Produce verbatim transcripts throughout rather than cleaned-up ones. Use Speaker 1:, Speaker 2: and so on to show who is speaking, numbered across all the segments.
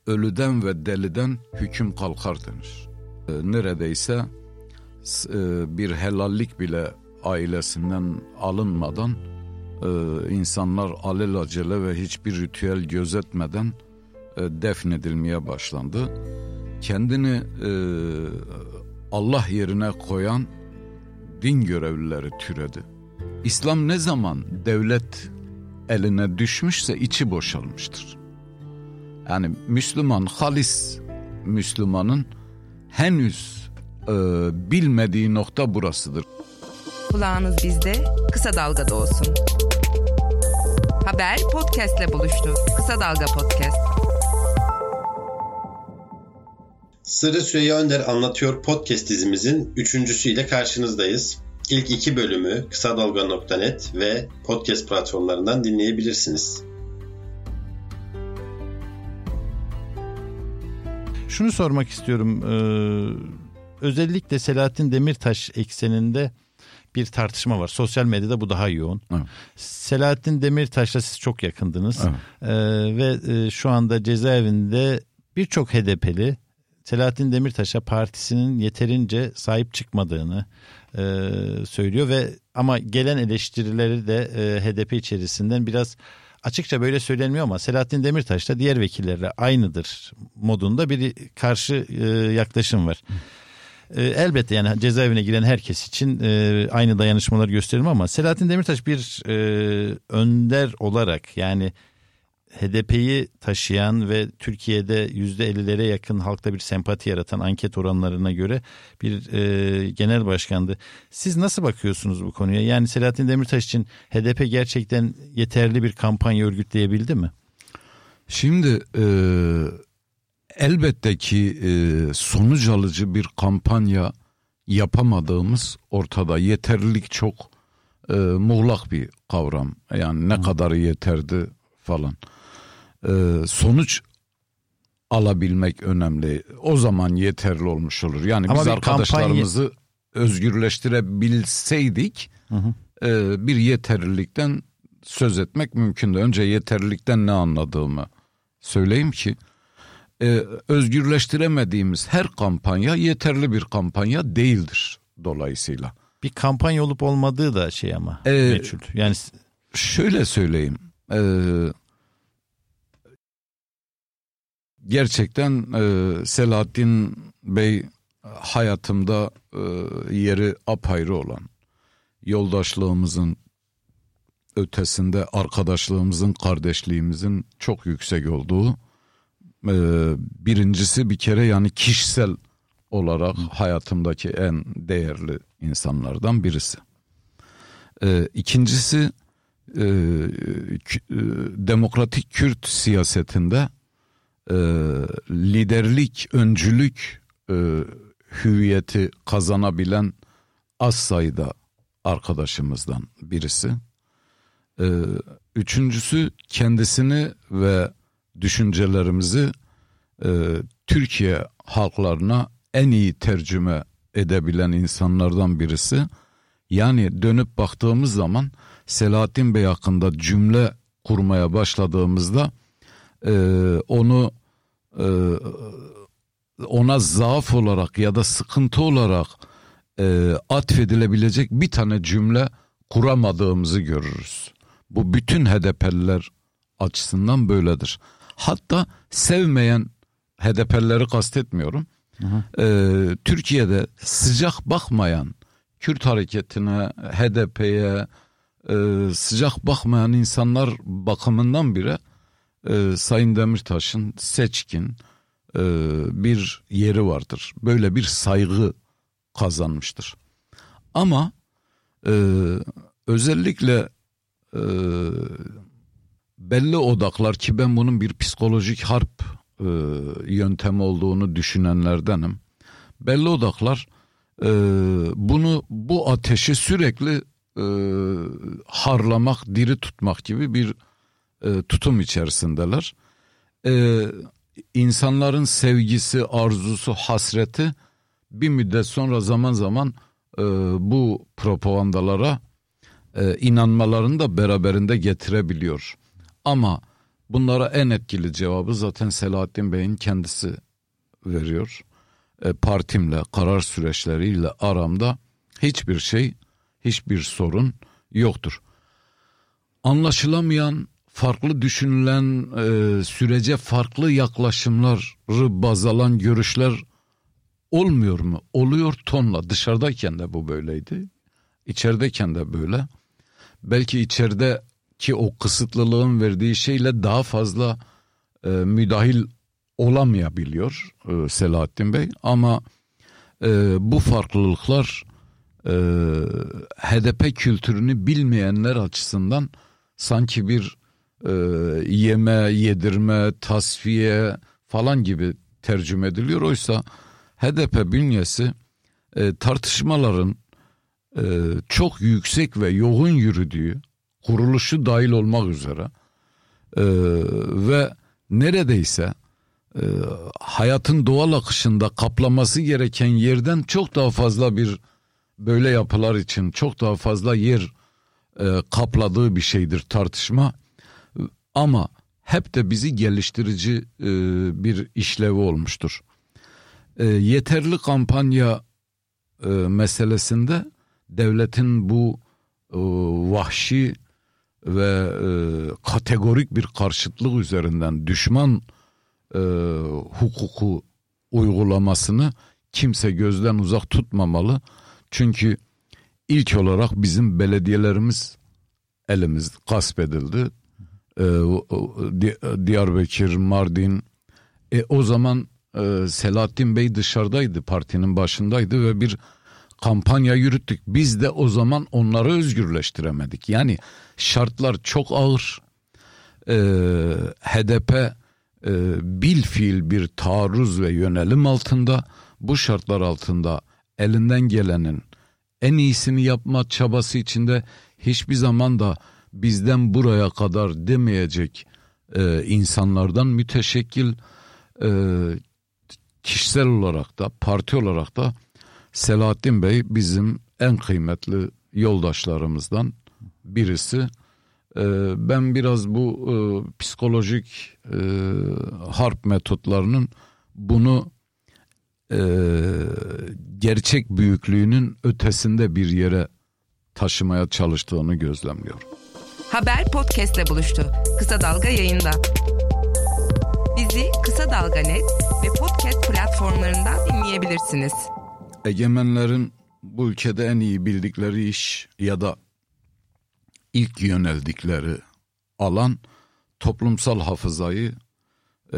Speaker 1: ölüden ve deliden hüküm kalkar denir. E, neredeyse e, bir helallik bile ailesinden alınmadan e, insanlar alelacele ve hiçbir ritüel gözetmeden e, defnedilmeye başlandı. Kendini e, Allah yerine koyan din görevlileri türedi. İslam ne zaman devlet eline düşmüşse içi boşalmıştır. Yani Müslüman, halis Müslümanın henüz e, bilmediği nokta burasıdır.
Speaker 2: Kulağınız bizde, Kısa Dalga'da olsun. Haber podcast'le buluştu. Kısa Dalga Podcast.
Speaker 3: Sırrı Süreyya Önder Anlatıyor podcast dizimizin üçüncüsüyle karşınızdayız. İlk iki bölümü kısa dalga nokta net ve podcast platformlarından dinleyebilirsiniz.
Speaker 4: Şunu sormak istiyorum. Ee, özellikle Selahattin Demirtaş ekseninde bir tartışma var. Sosyal medyada bu daha yoğun. Evet. Selahattin Demirtaş'la siz çok yakındınız. Evet. Ee, ve e, şu anda cezaevinde birçok H D P'li Selahattin Demirtaş'a partisinin yeterince sahip çıkmadığını e, söylüyor ve ama gelen eleştirileri de e, H D P içerisinden biraz açıkça böyle söylenmiyor ama Selahattin Demirtaş da diğer vekillerle aynıdır modunda bir karşı e, yaklaşım var. E, elbette yani cezaevine giren herkes için e, aynı dayanışmalar gösterilir ama Selahattin Demirtaş bir e, önder olarak yani H D P'yi taşıyan ve Türkiye'de yüzde ellilere yakın halkta bir sempati yaratan anket oranlarına göre bir e, genel başkandı. Siz nasıl bakıyorsunuz bu konuya? Yani Selahattin Demirtaş için H D P gerçekten yeterli bir kampanya örgütleyebildi mi?
Speaker 1: Şimdi e, elbette ki e, sonuç alıcı bir kampanya yapamadığımız ortada. Yeterlilik çok e, muğlak bir kavram. Yani ne Hı. kadarı yeterdi falan. Ee, sonuç alabilmek önemli. O zaman yeterli olmuş olur. Yani Ama biz arkadaşlarımızı kampanya... özgürleştirebilseydik hı hı. E, bir yeterlilikten söz etmek mümkündü. Önce yeterlilikten ne anladığımı söyleyeyim ki e, özgürleştiremediğimiz her kampanya yeterli bir kampanya değildir dolayısıyla.
Speaker 4: Bir kampanya olup olmadığı da şey ama e, meçhul. Yani
Speaker 1: şöyle söyleyeyim. Eee Gerçekten e, Selahattin Bey hayatımda e, yeri apayrı olan, yoldaşlığımızın ötesinde arkadaşlığımızın, kardeşliğimizin çok yüksek olduğu e, birincisi bir kere yani kişisel olarak hayatımdaki en değerli insanlardan birisi. E, ikincisi e, e, demokratik Kürt siyasetinde E, liderlik, öncülük e, hüviyeti kazanabilen az sayıda arkadaşımızdan birisi. E, üçüncüsü kendisini ve düşüncelerimizi e, Türkiye halklarına en iyi tercüme edebilen insanlardan birisi. Yani dönüp baktığımız zaman Selahattin Bey hakkında cümle kurmaya başladığımızda Ee, onu e, ona zaaf olarak ya da sıkıntı olarak e, atfedilebilecek bir tane cümle kuramadığımızı görürüz. Bu bütün H D P'liler açısından böyledir. Hatta sevmeyen H D P'lileri kastetmiyorum. Hı hı. Ee, Türkiye'de sıcak bakmayan Kürt hareketine, H D P'ye e, sıcak bakmayan insanlar bakımından bile Ee, Sayın Demirtaş'ın seçkin e, bir yeri vardır. Böyle bir saygı kazanmıştır. Ama e, özellikle e, belli odaklar ki ben bunun bir psikolojik harp e, yöntemi olduğunu düşünenlerdenim. Belli odaklar e, bunu bu ateşi sürekli e, harlamak, diri tutmak gibi bir E, tutum içerisindeler. E, insanların sevgisi, arzusu, hasreti bir müddet sonra zaman zaman e, bu propagandalara e, inanmalarını da beraberinde getirebiliyor. Ama Bunlara en etkili cevabı zaten Selahattin Bey'in kendisi veriyor. E, partimle, karar süreçleriyle aramda hiçbir şey, hiçbir sorun yoktur. Anlaşılamayan, farklı düşünülen, e, sürece farklı yaklaşımları baz alan görüşler olmuyor mu? Oluyor tonla. Dışarıdayken de bu böyleydi. İçerideyken de böyle. Belki içerideki o kısıtlılığın verdiği şeyle daha fazla e, müdahil olamayabiliyor e, Selahattin Bey. Ama e, bu farklılıklar e, H D P kültürünü bilmeyenler açısından sanki bir e, yeme, yedirme, tasfiye falan gibi tercüme ediliyor. Oysa H D P bünyesi e, tartışmaların e, çok yüksek ve yoğun yürüdüğü, kuruluşu dahil olmak üzere e, ve neredeyse e, hayatın doğal akışında kaplaması gereken yerden çok daha fazla bir böyle yapılar için çok daha fazla yer e, kapladığı bir şeydir tartışma. Ama hep de bizi geliştirici e, bir işlevi olmuştur. E, yeterli kampanya e, meselesinde devletin bu e, vahşi ve e, kategorik bir karşıtlık üzerinden düşman e, hukuku uygulamasını kimse gözden uzak tutmamalı. Çünkü ilk olarak bizim belediyelerimiz elimiz gasp edildi. E, Diyarbakır, Mardin. E, o zaman e, Selahattin Bey dışarıdaydı, partinin başındaydı ve bir kampanya yürüttük. Biz de o zaman onları özgürleştiremedik. Yani şartlar çok ağır. E, H D P e, bilfiil bir taarruz ve yönelim altında. Bu şartlar altında elinden gelenin en iyisini yapma çabası içinde hiçbir zaman da bizden buraya kadar demeyecek e, insanlardan müteşekkil, e, kişisel olarak da parti olarak da Selahattin Bey bizim en kıymetli yoldaşlarımızdan birisi. E, ben biraz bu e, psikolojik e, harp metotlarının bunu e, gerçek büyüklüğünün ötesinde bir yere taşımaya çalıştığını gözlemliyorum.
Speaker 2: Haber podcast'le buluştu. Kısa Dalga yayında. Bizi Kısa Dalga Net ve podcast platformlarından dinleyebilirsiniz.
Speaker 1: Egemenlerin bu ülkede en iyi bildikleri iş ya da ilk yöneldikleri alan toplumsal hafızayı e,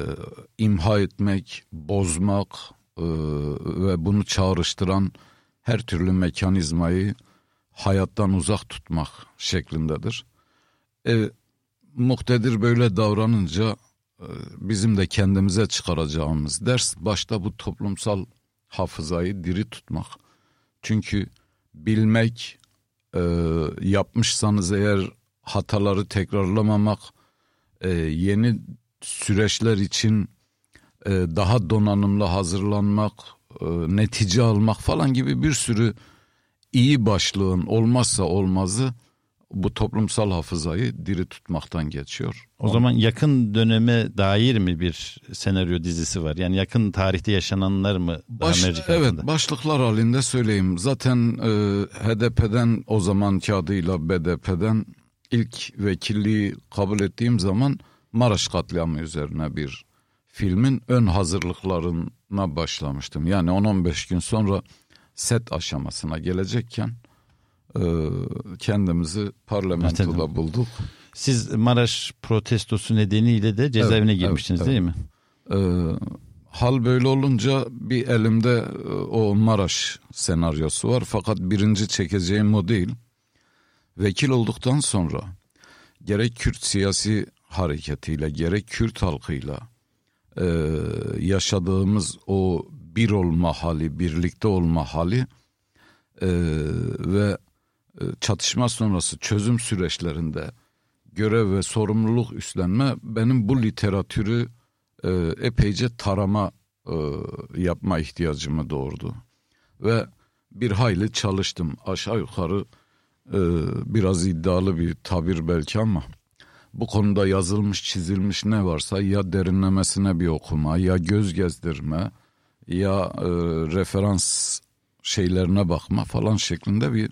Speaker 1: imha etmek, bozmak e, ve bunu çağrıştıran her türlü mekanizmayı hayattan uzak tutmak şeklindedir. E, muktedir böyle davranınca e, bizim de kendimize çıkaracağımız ders başta bu toplumsal hafızayı diri tutmak. Çünkü bilmek, e, yapmışsanız eğer hataları tekrarlamamak, e, yeni süreçler için e, daha donanımlı hazırlanmak, e, netice almak falan gibi bir sürü iyi başlığın olmazsa olmazı bu toplumsal hafızayı diri tutmaktan geçiyor.
Speaker 4: O zaman yakın döneme dair mi bir senaryo dizisi var? Yani yakın tarihte yaşananlar mı?
Speaker 1: Baş, evet, başlıklar halinde söyleyeyim. Zaten e, H D P'den, o zamanki adıyla B D P'den ilk vekilliği kabul ettiğim zaman Maraş katliamı üzerine bir filmin ön hazırlıklarına başlamıştım. Yani on on beş gün sonra set aşamasına gelecekken e, kendimizi parlamentoda evet, bulduk.
Speaker 4: Siz Maraş protestosu nedeniyle de cezaevine evet, girmiştiniz evet, değil mi?
Speaker 1: E, hal böyle olunca bir elimde e, o Maraş senaryosu var. Fakat birinci çekeceğim o değil. Vekil olduktan sonra gerek Kürt siyasi hareketiyle gerek Kürt halkıyla e, yaşadığımız o bir olma hali, birlikte olma hali e, ve e, çatışma sonrası çözüm süreçlerinde görev ve sorumluluk üstlenme benim bu literatürü e, epeyce tarama e, yapma ihtiyacımı doğurdu. Ve bir hayli çalıştım. Aşağı yukarı e, biraz iddialı bir tabir belki ama bu konuda yazılmış çizilmiş ne varsa ya derinlemesine bir okuma, ya göz gezdirme, ya e, referans şeylerine bakma falan şeklinde bir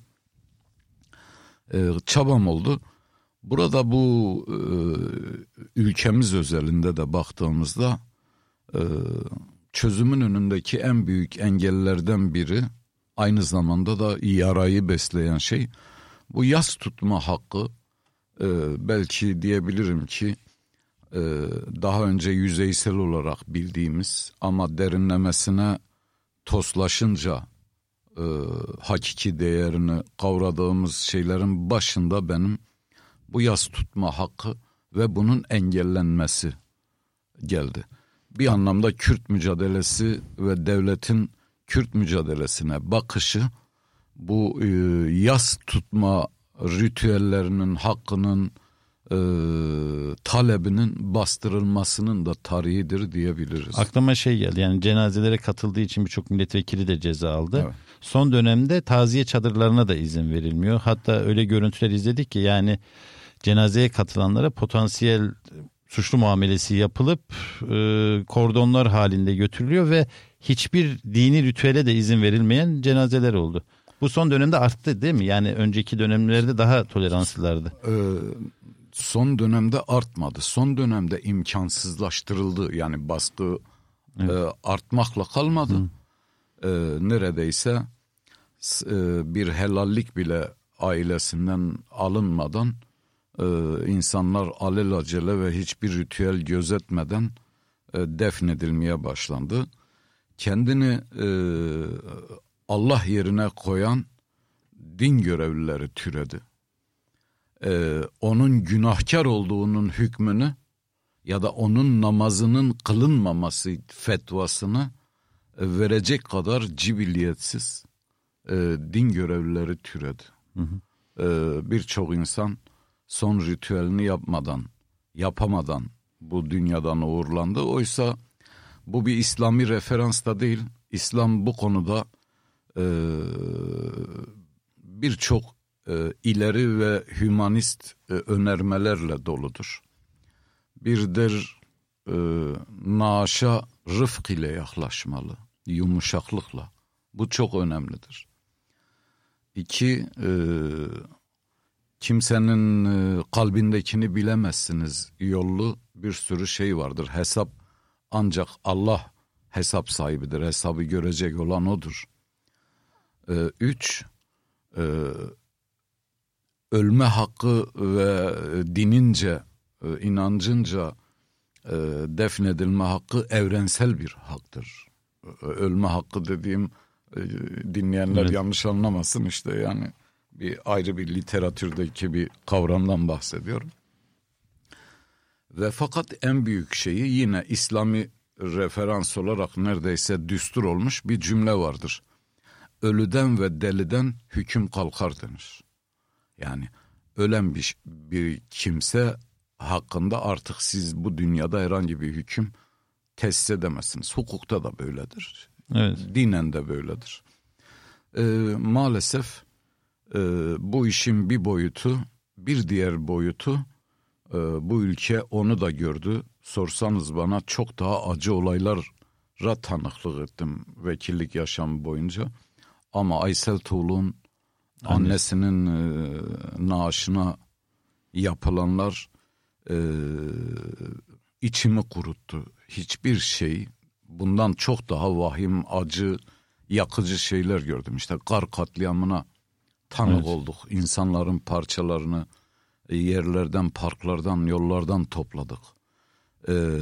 Speaker 1: e, çabam oldu. Burada bu e, ülkemiz özelinde de baktığımızda e, çözümün önündeki en büyük engellerden biri, aynı zamanda da yarayı besleyen şey, bu yas tutma hakkı. e, belki diyebilirim ki e, daha önce yüzeysel olarak bildiğimiz ama derinlemesine toslaşınca e, hakiki değerini kavradığımız şeylerin başında benim bu yas tutma hakkı ve bunun engellenmesi geldi. Bir anlamda Kürt mücadelesi ve devletin Kürt mücadelesine bakışı, bu e, yas tutma ritüellerinin hakkının e, talebinin bastırılmasının da tarihidir diyebiliriz.
Speaker 4: Aklıma şey geldi, yani cenazelere katıldığı için birçok milletvekili de ceza aldı.
Speaker 1: Evet.
Speaker 4: Son dönemde taziye çadırlarına da izin verilmiyor. Hatta öyle görüntüler izledik ki yani cenazeye katılanlara potansiyel suçlu muamelesi yapılıp e, kordonlar halinde götürülüyor ve hiçbir dini ritüele de izin verilmeyen cenazeler oldu. Bu son dönemde arttı değil mi? Yani önceki dönemlerde daha toleranslılardı.
Speaker 1: Ee, son dönemde artmadı. Son dönemde imkansızlaştırıldı. Yani baskı evet. e, artmakla kalmadı. E, neredeyse e, bir helallik bile ailesinden alınmadan e, insanlar alelacele ve hiçbir ritüel gözetmeden e, defnedilmeye başlandı. Kendini e, Allah yerine koyan din görevlileri türedi. Ee, onun günahkar olduğunun hükmünü ya da onun namazının kılınmaması fetvasını verecek kadar cibilliyetsiz e, din görevlileri türedi. Hı hı. Ee, birçok insan son ritüelini yapmadan, yapamadan bu dünyadan uğurlandı. Oysa bu bir İslami referans da değil. İslam bu konuda Ee, birçok e, ileri ve hümanist e, önermelerle doludur. Bir der e, naaşa rıfk ile yaklaşmalı, yumuşaklıkla. Bu çok önemlidir. İki, e, kimsenin e, kalbindekini bilemezsiniz yollu bir sürü şey vardır. Hesap ancak Allah hesap sahibidir. Hesabı görecek olan odur. Ee, üç, e, ölme hakkı ve dinince, e, inancınca e, defnedilme hakkı evrensel bir haktır. E, ölme hakkı dediğim, e, dinleyenler evet. yanlış anlamasın, işte yani bir ayrı bir literatürdeki bir kavramdan bahsediyorum. Ve fakat en büyük şeyi yine İslami referans olarak neredeyse düstur olmuş bir cümle vardır. Ölüden ve deliden hüküm kalkar denir. Yani ölen bir, bir kimse hakkında artık siz bu dünyada herhangi bir hüküm tesis edemezsiniz. Hukukta da böyledir.
Speaker 4: Evet.
Speaker 1: Dinen de böyledir. Ee, maalesef e, bu işin bir boyutu, bir diğer boyutu e, bu ülke onu da gördü. Sorsanız bana çok daha acı olaylara tanıklık ettim vekillik yaşamı boyunca. Ama Aysel Tuğlu'nun annesinin e, naaşına yapılanlar e, içimi kuruttu. Hiçbir şey, bundan çok daha vahim, acı, yakıcı şeyler gördüm. İşte kar katliamına tanık evet. olduk. İnsanların parçalarını yerlerden, parklardan, yollardan topladık. Ee,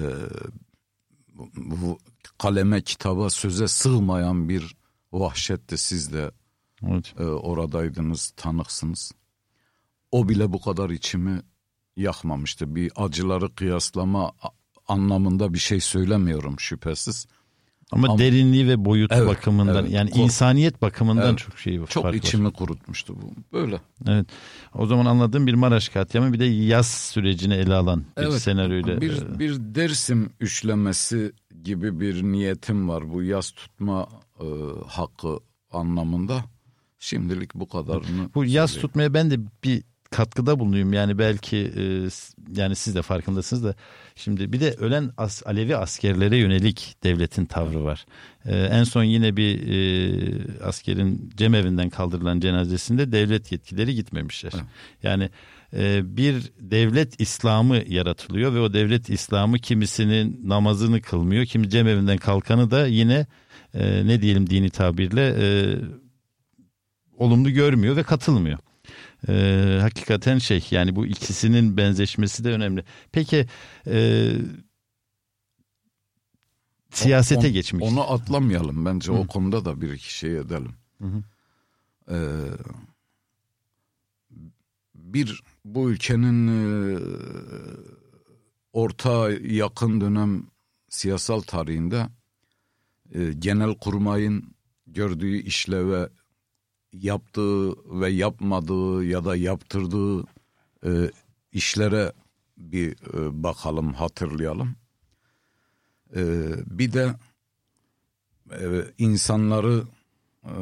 Speaker 1: bu kaleme, kitaba, söze sığmayan bir vahşetti. Siz de evet. e, oradaydınız, tanıksınız. O bile bu kadar içimi yakmamıştı. Bir acıları kıyaslama anlamında bir şey söylemiyorum şüphesiz.
Speaker 4: Ama, Ama derinliği ve boyutu evet, bakımından evet, yani kork- insaniyet bakımından evet, çok şey var.
Speaker 1: Çok içimi var. kurutmuştu bu. Böyle.
Speaker 4: Evet. O zaman anladığım bir Maraş katliamı, bir de yaz sürecini ele alan bir
Speaker 1: evet,
Speaker 4: senaryoyla.
Speaker 1: Bir, bir Dersim üçlemesi gibi bir niyetim var bu yaz tutma e, hakkı anlamında. Şimdilik bu kadarını.
Speaker 4: Bu yaz tutmaya ben de bir katkıda bulunayım. Yani belki e, yani siz de farkındasınız da şimdi bir de ölen as, Alevi askerlere yönelik devletin tavrı var. E, en son yine bir e, askerin cemevinden kaldırılan cenazesinde devlet yetkileri gitmemişler. Evet. Yani e, bir devlet İslam'ı yaratılıyor ve o devlet İslam'ı kimisinin namazını kılmıyor, kimi cemevinden kalkanı da yine e, ne diyelim dini tabirle e, olumlu görmüyor ve katılmıyor. Ee, hakikaten şey yani bu ikisinin benzeşmesi de önemli. Peki e, siyasete on, geçmek.
Speaker 1: Onu atlamayalım bence. Hı. O konuda da bir iki şey edelim. Hı hı. Ee, bir bu ülkenin e, orta yakın dönem siyasal tarihinde e, Genelkurmay'ın gördüğü işleve, yaptığı ve yapmadığı ya da yaptırdığı e, işlere bir e, bakalım, hatırlayalım. E, bir de e, insanları e,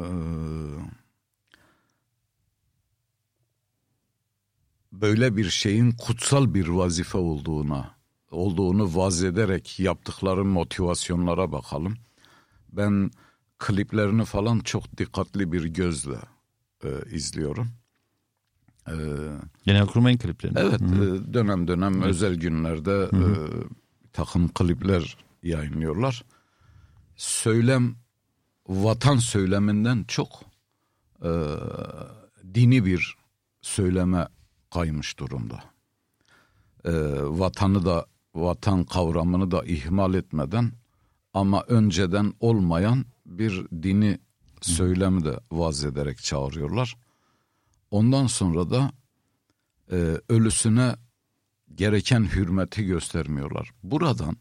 Speaker 1: böyle bir şeyin kutsal bir vazife olduğuna olduğunu vaz ederek yaptıkları motivasyonlara bakalım. Ben kliplerini falan çok dikkatli bir gözle e, izliyorum. E,
Speaker 4: Genelkurmay'ın kliplerini.
Speaker 1: Evet, e, dönem dönem evet. özel günlerde e, takım klipler yayınlıyorlar. Söylem vatan söyleminden çok e, dini bir söyleme kaymış durumda. E, vatanı da vatan kavramını da ihmal etmeden ama önceden olmayan bir dini söylemi de vaz ederek çağırıyorlar. Ondan sonra da e, ölüsüne gereken hürmeti göstermiyorlar. Buradan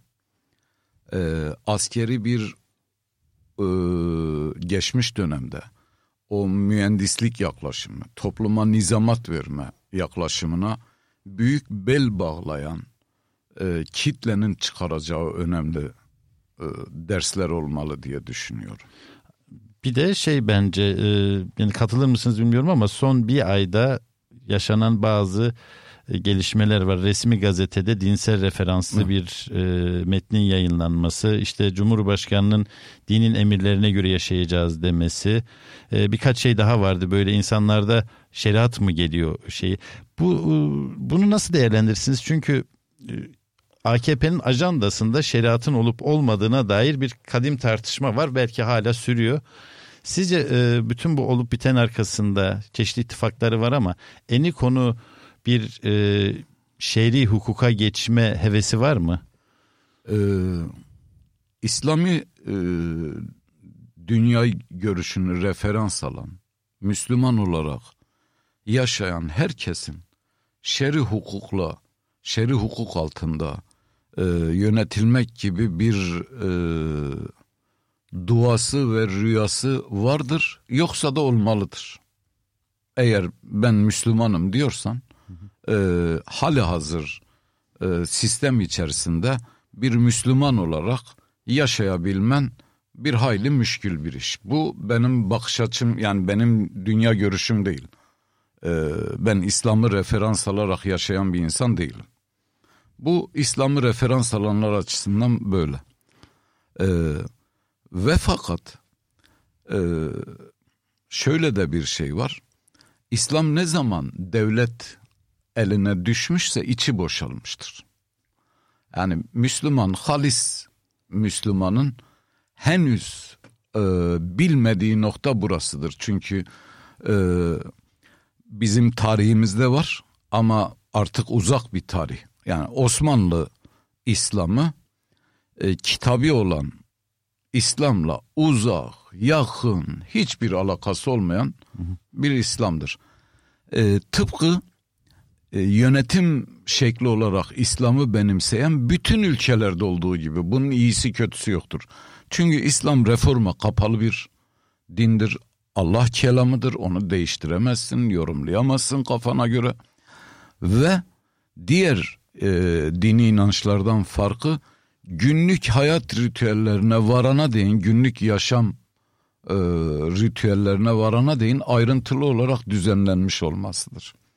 Speaker 1: e, askeri bir e, geçmiş dönemde o mühendislik yaklaşımı, topluma nizamat verme yaklaşımına büyük bel bağlayan e, kitlenin çıkaracağı önemli dersler olmalı diye düşünüyorum.
Speaker 4: Bir de şey bence e, yani katılır mısınız bilmiyorum ama son bir ayda yaşanan bazı e, gelişmeler var. Resmi gazetede dinsel referanslı Hı. bir e, metnin yayınlanması, işte Cumhurbaşkanı'nın dinin emirlerine göre yaşayacağız demesi, e, birkaç şey daha vardı. Böyle insanlarda şeriat mı geliyor şeyi. Bu e, bunu nasıl değerlendirirsiniz? Çünkü e, A K P'nin ajandasında şeriatın olup olmadığına dair bir kadim tartışma var. Belki hala sürüyor. Sizce e, bütün bu olup biten arkasında çeşitli ittifakları var ama eni konu bir e, şer'i hukuka geçme hevesi var mı?
Speaker 1: Ee, İslami e, dünya görüşünü referans alan, Müslüman olarak yaşayan herkesin şer'i hukukla, şer'i hukuk altında e, yönetilmek gibi bir e, duası ve rüyası vardır, yoksa da olmalıdır. Eğer ben Müslümanım diyorsan, e, hali hazır e, sistem içerisinde bir Müslüman olarak yaşayabilmen bir hayli müşkül bir iş. Bu benim bakış açım, yani benim dünya görüşüm değil. E, ben İslam'ı referans alarak yaşayan bir insan değilim. Bu İslam'ı referans alanlar açısından böyle. E, ve fakat e, şöyle de bir şey var. İslam ne zaman devlet eline düşmüşse içi boşalmıştır. Yani Müslüman, halis Müslümanın henüz e, bilmediği nokta burasıdır. Çünkü e, bizim tarihimizde var ama artık uzak bir tarih. Yani Osmanlı İslam'ı e, kitabi olan İslam'la uzak, yakın, hiçbir alakası olmayan bir İslam'dır. E, tıpkı e, yönetim şekli olarak İslam'ı benimseyen bütün ülkelerde olduğu gibi. Bunun iyisi kötüsü yoktur. Çünkü İslam reforma kapalı bir dindir. Allah kelamıdır. Onu değiştiremezsin, yorumlayamazsın kafana göre. Ve diğer e, dini inançlardan farkı, günlük hayat ritüellerine varana değin, günlük yaşam e, ritüellerine varana değin ayrıntılı olarak düzenlenmiş olmasıdır.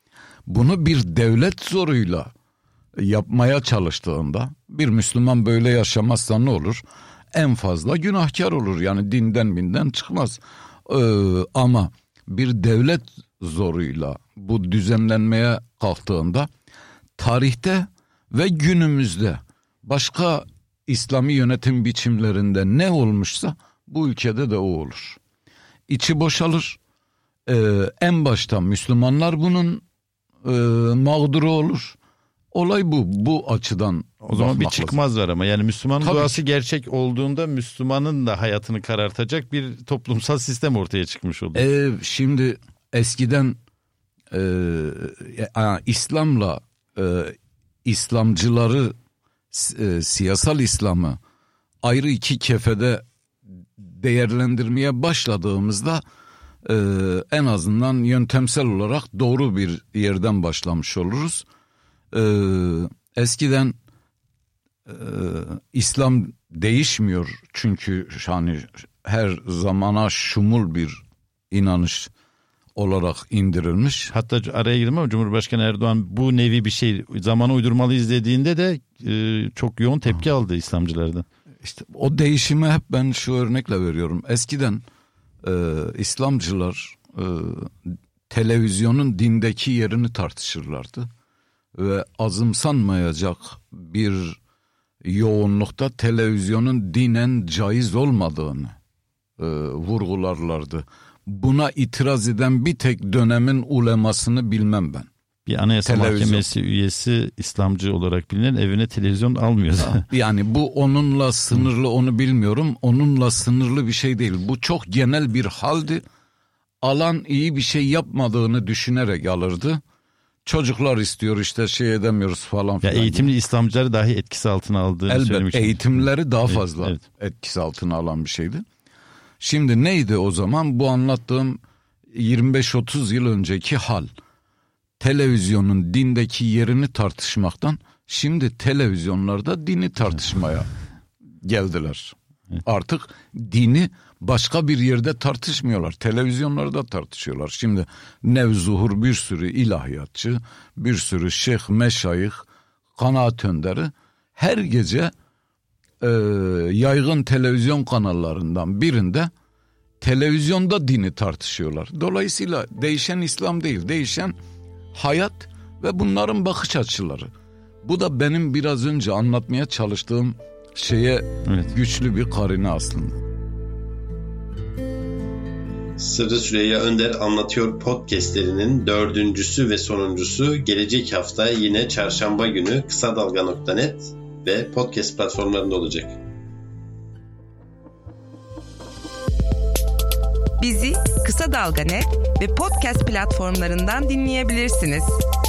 Speaker 1: bunu bir devlet zoruyla yapmaya çalıştığında, bir Müslüman böyle yaşamazsa ne olur? En fazla günahkar olur, yani dinden binden çıkmaz. Ee, ama bir devlet zoruyla bu düzenlenmeye kalktığında, tarihte ve günümüzde başka İslami yönetim biçimlerinde ne olmuşsa bu ülkede de o olur. İçi boşalır. Ee, en başta Müslümanlar bunun e, mağduru olur. Olay bu. Bu açıdan
Speaker 4: o zaman bir çıkmaz lazım. Var ama yani Müslümanın Tabii duası ki. Gerçek olduğunda Müslümanın da hayatını karartacak bir toplumsal sistem ortaya çıkmış olur.
Speaker 1: Ee, şimdi eskiden e, e, İslam'la e, İslamcıları, e, siyasal İslam'ı ayrı iki kefede değerlendirmeye başladığımızda e, en azından yöntemsel olarak doğru bir yerden başlamış oluruz. E, eskiden e, İslam değişmiyor çünkü hani her zamana şumul bir inanış olarak indirilmiş.
Speaker 4: Hatta araya girdim ama Cumhurbaşkanı Erdoğan bu nevi bir şey zamana uydurmalıyız dediğinde de e, çok yoğun tepki ha. aldı İslamcılardan.
Speaker 1: İşte o değişimi hep ben şu örnekle veriyorum. Eskiden e, İslamcılar e, televizyonun dindeki yerini tartışırlardı ve azımsanmayacak bir yoğunlukta televizyonun dinen caiz olmadığını e, vurgularlardı. Buna itiraz eden bir tek dönemin ulemasını bilmem ben.
Speaker 4: Bir Anayasa televizyon. Mahkemesi üyesi İslamcı olarak bilinen evine televizyon almıyor.
Speaker 1: Yani bu onunla sınırlı, onu bilmiyorum. Onunla sınırlı bir şey değil. Bu çok genel bir haldi. Alan iyi bir şey yapmadığını düşünerek alırdı. Çocuklar istiyor işte şey edemiyoruz falan filan.
Speaker 4: Ya eğitimli gibi. İslamcıları dahi etkisi altına aldığını
Speaker 1: Elbet,
Speaker 4: söylemiştim.
Speaker 1: Eğitimleri daha fazla evet, evet. etkisi altına alan bir şeydi. Şimdi neydi o zaman? Bu anlattığım yirmi beş otuz yıl önceki hal. Televizyonun dindeki yerini tartışmaktan şimdi televizyonlarda dini tartışmaya geldiler. Artık dini başka bir yerde tartışmıyorlar. Televizyonlarda tartışıyorlar. Şimdi nevzuhur bir sürü ilahiyatçı, bir sürü şeyh, meşayih, kanaat önderi her gece e, yaygın televizyon kanallarından birinde televizyonda dini tartışıyorlar. Dolayısıyla değişen İslam değil, değişen hayat ve bunların bakış açıları. Bu da benim biraz önce anlatmaya çalıştığım şeye evet. güçlü bir karine aslında.
Speaker 3: Sırrı Süreyya Önder Anlatıyor podcastlerinin dördüncüsü ve sonuncusu gelecek hafta yine çarşamba günü kısa dalga nokta net ve podcast platformlarında olacak.
Speaker 2: Bizi Kısa Dalga Net ve podcast platformlarından dinleyebilirsiniz.